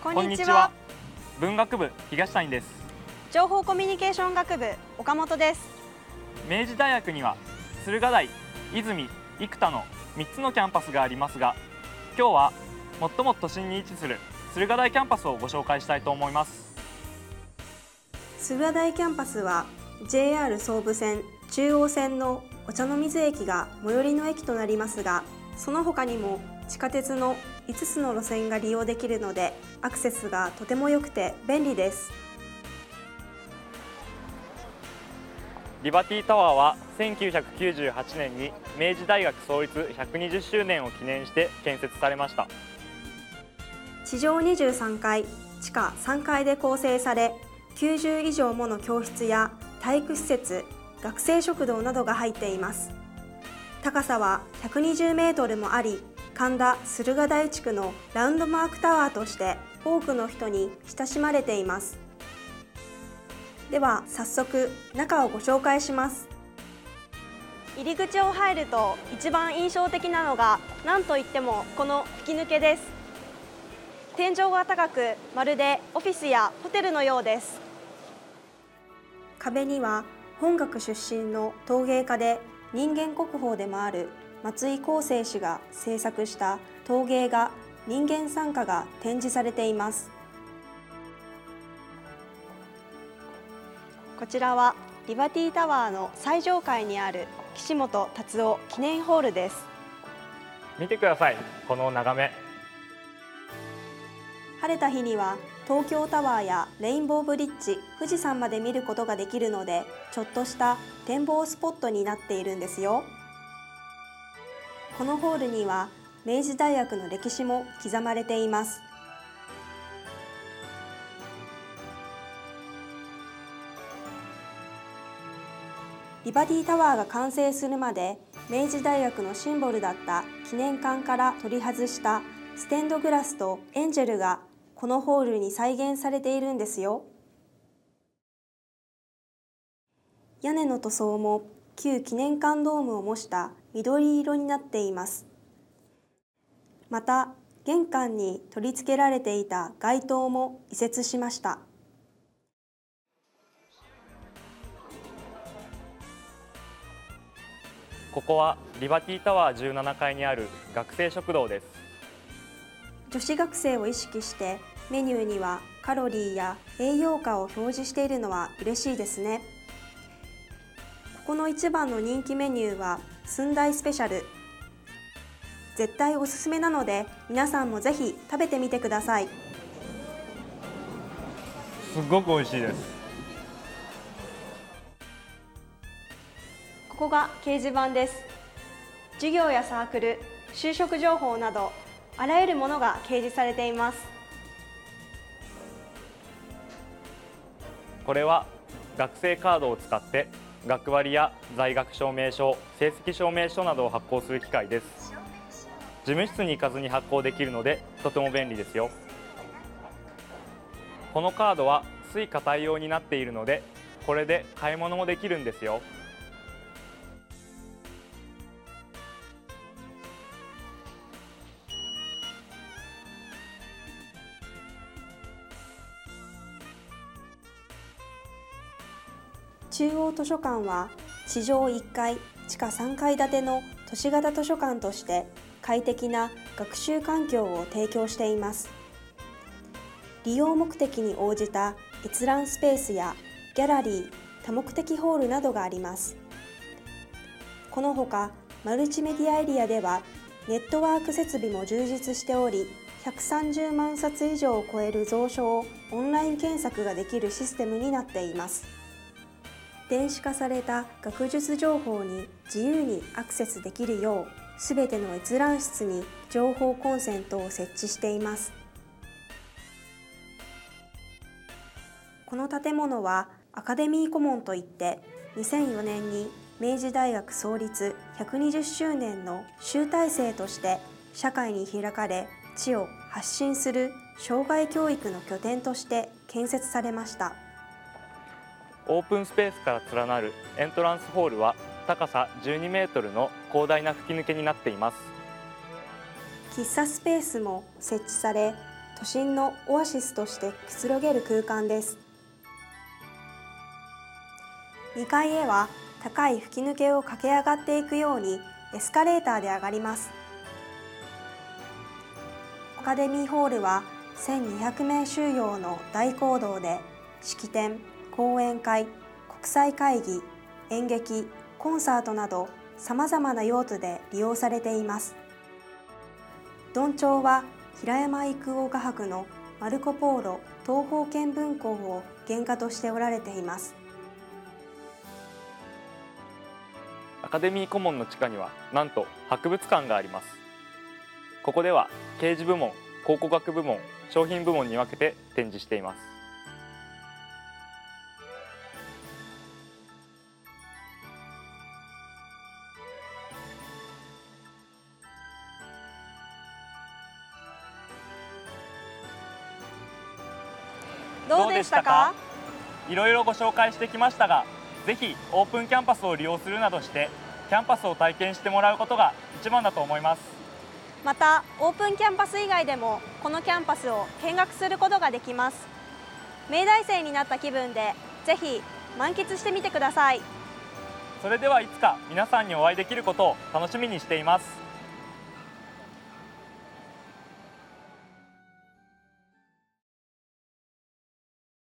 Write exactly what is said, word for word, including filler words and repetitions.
こんにちは。文学部東谷です。 情報コミュニケーション学部岡本です。 明治大学には駿河台、泉、生田のみっつのキャンパスがありますが、今日は最も都心に位置する駿河台キャンパスをご紹介したいと思います。 駿河台キャンパスは ジェイアール 総武線、中央線の御茶ノ水駅が最寄りの駅となりますが、その他にも地下鉄のいつつの路線が利用できるのでアクセスがとても良くて便利です。 リバティタワーはせんきゅうひゃくきゅうじゅうはちねんに明治大学創立ひゃくにじゅっしゅうねんを記念して建設されました。 地上にじゅうさんかい、地下さんかいで構成され、きゅうじゅういじょうもの教室や体育施設、学生食堂などが入っています。高さはひゃくにじゅうメートルもあり、神田駿河台地区のラウンドマークタワーとして多くの人に親しまれています。では早速中をご紹介します。入り口を入ると一番印象的なのが何といってもこの吹き抜けです。天井が高く、まるでオフィスやホテルのようです。壁には本学出身の陶芸家で人間国宝でもある松井康生氏が制作した陶芸画人間賛歌が展示されています。こちらはリバティタワーの最上階にある岸本達夫記念ホールです。 見てください、この眺め。 晴れた日には東京タワーやレインボーブリッジ、富士山まで見ることができるので、ちょっとした展望スポットになっているんですよ。このホールには明治大学の歴史も刻まれています。リバティタワーが完成するまで明治大学のシンボルだった記念館から取り外したステンドグラスとエンジェルがこのホールに再現されているんですよ。屋根の塗装も旧記念館ドームを模した緑色になっています。また玄関に取り付けられていた街灯も移設しました。 ここはリバティタワーじゅうななかいにある学生食堂です。 女子学生を意識してメニューにはカロリーや栄養価を表示しているのは嬉しいですね。ここの一番の人気メニューは寸大スペシャル。絶対おすすめなので皆さんもぜひ食べてみてください。 すごく美味しいです。 ここが掲示板です。授業やサークル、就職情報などあらゆるものが掲示されています。 これは学生カードを使って学割や在学証明書、成績証明書などを発行する機械です。事務室に行かずに発行できるのでとても便利ですよ。このカードはスイカ対応になっているので、これで買い物もできるんですよ。 中央図書館は地上いっかい、地下さんかい建ての都市型図書館として快適な学習環境を提供しています。利用目的に応じた閲覧スペースやギャラリー、多目的ホールなどがあります。このほかマルチメディアエリアではネットワーク設備も充実しており、ひゃくさんじゅうまんさつ以上を超える蔵書をオンライン検索ができるシステムになっています。電子化された学術情報に自由にアクセスできるよう、すべての閲覧室に情報コンセントを設置しています。この建物はアカデミーコモンといって、にせんよねんに明治大学創立ひゃくにじゅっしゅうねんの集大成として社会に開かれ、知を発信する生涯教育の拠点として建設されました。 オープンスペースから連なるエントランスホールは高さじゅうにメートルの広大な吹き抜けになっています。 喫茶スペースも設置され、 都心のオアシスとしてくつろげる空間です。にかいへは高い吹き抜けを駆け上がっていくようにエスカレーターで上がります。アカデミーホールはせんにひゃくめい収容の大講堂で、式典、講演会、国際会議、演劇、コンサートなどさまざまな用途で利用されています。どんちょうは平山郁夫画伯のマルコ・ポーロ東方見聞稿を原画としておられています。 アカデミー顧問の地下にはなんと博物館があります。ここでは掲示部門、考古学部門、商品部門に分けて展示しています。 どうでしたか？ いろいろご紹介してきましたが、ぜひオープンキャンパスを利用するなどしてキャンパスを体験してもらうことが一番だと思います。 またオープンキャンパス以外でもこのキャンパスを見学することができます。明大生になった気分でぜひ満喫してみてください。 それではいつか皆さんにお会いできることを楽しみにしています。